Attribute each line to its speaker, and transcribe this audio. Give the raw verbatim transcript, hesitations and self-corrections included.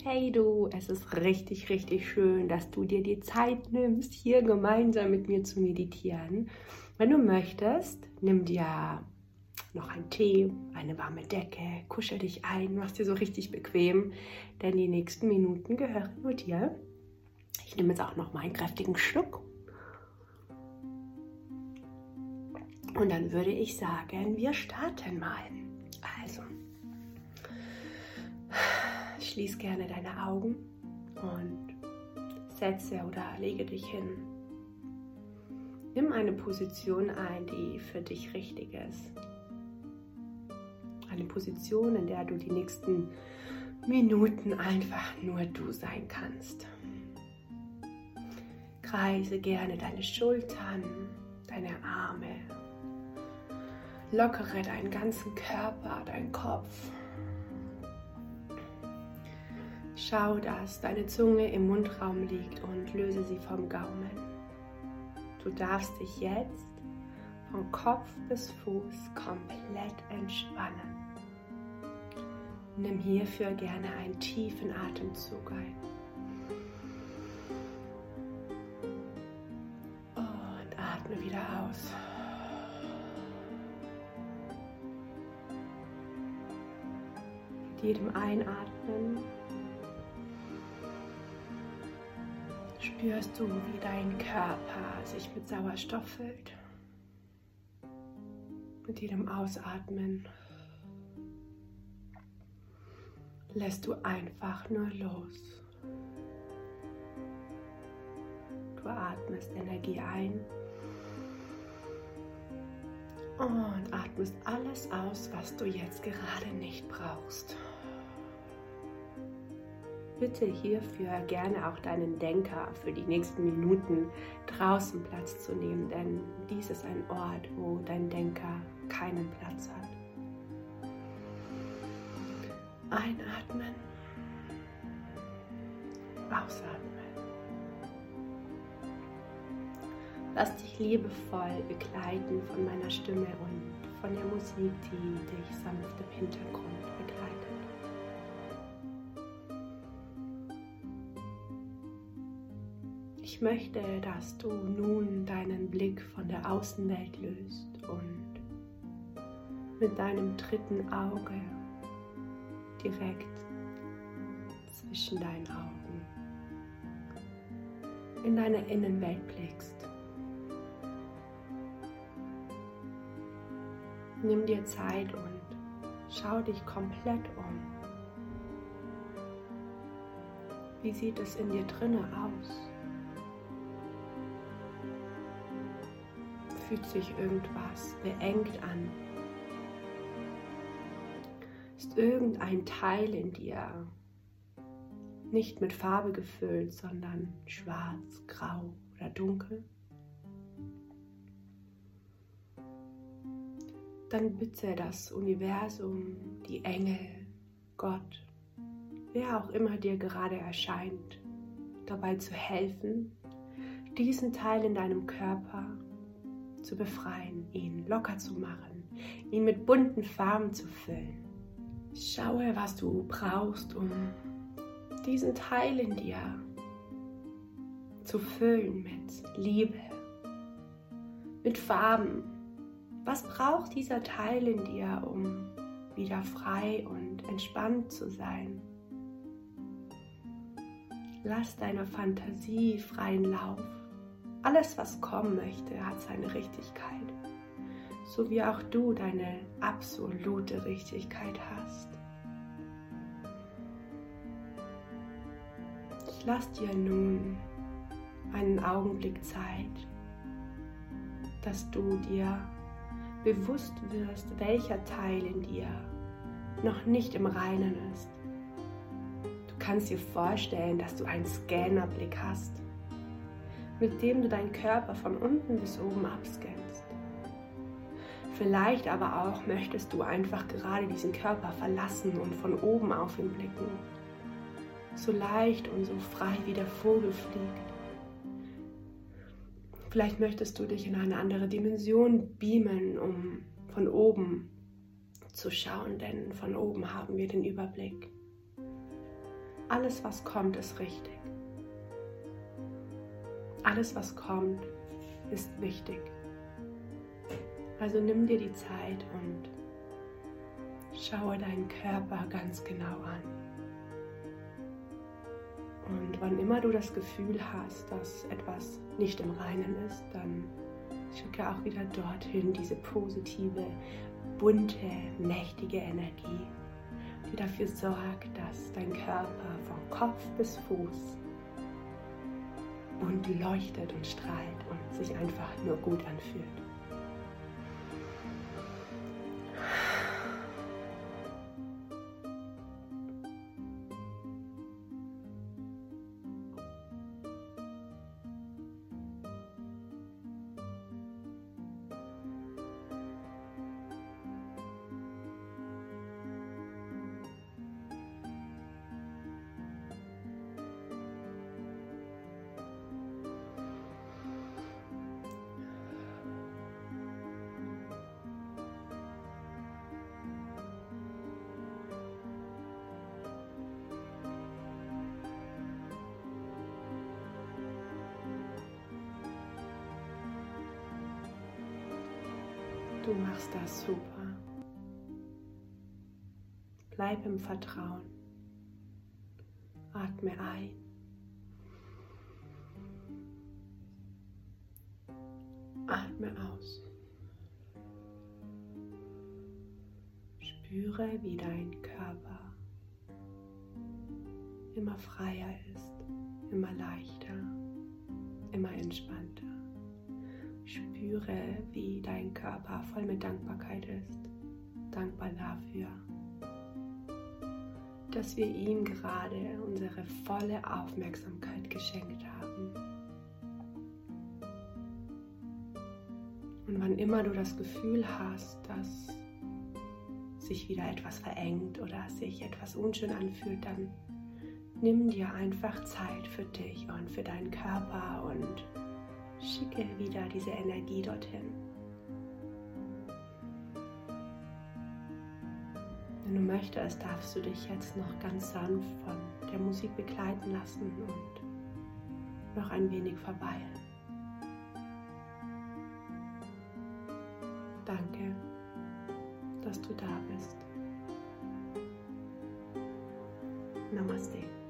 Speaker 1: Hey du, es ist richtig, richtig schön, dass du dir die Zeit nimmst, hier gemeinsam mit mir zu meditieren. Wenn du möchtest, nimm dir noch einen Tee, eine warme Decke, kuschel dich ein, mach dir so richtig bequem, denn die nächsten Minuten gehören nur dir. Ich nehme jetzt auch noch mal einen kräftigen Schluck. Und dann würde ich sagen, wir starten mal. Also, schließ gerne deine Augen und setze oder lege dich hin. Nimm eine Position ein, die für dich richtig ist. Eine Position, in der du die nächsten Minuten einfach nur du sein kannst. Kreise gerne deine Schultern, deine Arme. Lockere deinen ganzen Körper, deinen Kopf. Schau, dass deine Zunge im Mundraum liegt und löse sie vom Gaumen. Du darfst dich jetzt von Kopf bis Fuß komplett entspannen. Nimm hierfür gerne einen tiefen Atemzug ein. Und atme wieder aus. Mit jedem Einatmen spürst du, wie dein Körper sich mit Sauerstoff füllt. Mit jedem Ausatmen lässt du einfach nur los. Du atmest Energie ein und atmest alles aus, was du jetzt gerade nicht brauchst. Bitte hierfür gerne auch deinen Denker für die nächsten Minuten draußen Platz zu nehmen, denn dies ist ein Ort, wo dein Denker keinen Platz hat. Einatmen, ausatmen. Lass dich liebevoll begleiten von meiner Stimme und von der Musik, die dich sanft im Hintergrund begleitet. Ich möchte, dass du nun deinen Blick von der Außenwelt löst und mit deinem dritten Auge direkt zwischen deinen Augen in deine Innenwelt blickst. Nimm dir Zeit und schau dich komplett um. Wie sieht es in dir drinnen aus? Fühlt sich irgendwas beengt an? Ist irgendein Teil in dir nicht mit Farbe gefüllt, sondern schwarz, grau oder dunkel? Dann bitte das Universum, die Engel, Gott, wer auch immer dir gerade erscheint, dabei zu helfen, diesen Teil in deinem Körper zu befreien, ihn locker zu machen, ihn mit bunten Farben zu füllen. Schaue, was du brauchst, um diesen Teil in dir zu füllen mit Liebe, mit Farben. Was braucht dieser Teil in dir, um wieder frei und entspannt zu sein? Lass deiner Fantasie freien Lauf. Alles, was kommen möchte, hat seine Richtigkeit, so wie auch du deine absolute Richtigkeit hast. Ich lasse dir nun einen Augenblick Zeit, dass du dir bewusst wirst, welcher Teil in dir noch nicht im Reinen ist. Du kannst dir vorstellen, dass du einen Scannerblick hast, mit dem du deinen Körper von unten bis oben abscannst. Vielleicht aber auch möchtest du einfach gerade diesen Körper verlassen und von oben auf ihn blicken. So leicht und so frei wie der Vogel fliegt. Vielleicht möchtest du dich in eine andere Dimension beamen, um von oben zu schauen, denn von oben haben wir den Überblick. Alles, was kommt, ist richtig. Alles, was kommt, ist wichtig. Also nimm dir die Zeit und schaue deinen Körper ganz genau an. Und wann immer du das Gefühl hast, dass etwas nicht im Reinen ist, dann schicke auch wieder dorthin diese positive, bunte, mächtige Energie, die dafür sorgt, dass dein Körper von Kopf bis Fuß bunt leuchtet und strahlt und sich einfach nur gut anfühlt. Du machst das super. Bleib im Vertrauen. Atme ein. Atme aus. Spüre, wie dein Körper immer freier ist, immer leichter, immer entspannter. Spüre, wie dein Körper voll mit Dankbarkeit ist. Dankbar dafür, dass wir ihm gerade unsere volle Aufmerksamkeit geschenkt haben. Und wann immer du das Gefühl hast, dass sich wieder etwas verengt oder sich etwas unschön anfühlt, dann nimm dir einfach Zeit für dich und für deinen Körper und schicke wieder diese Energie dorthin. Wenn du möchtest, darfst du dich jetzt noch ganz sanft von der Musik begleiten lassen und noch ein wenig verweilen. Danke, dass du da bist. Namaste.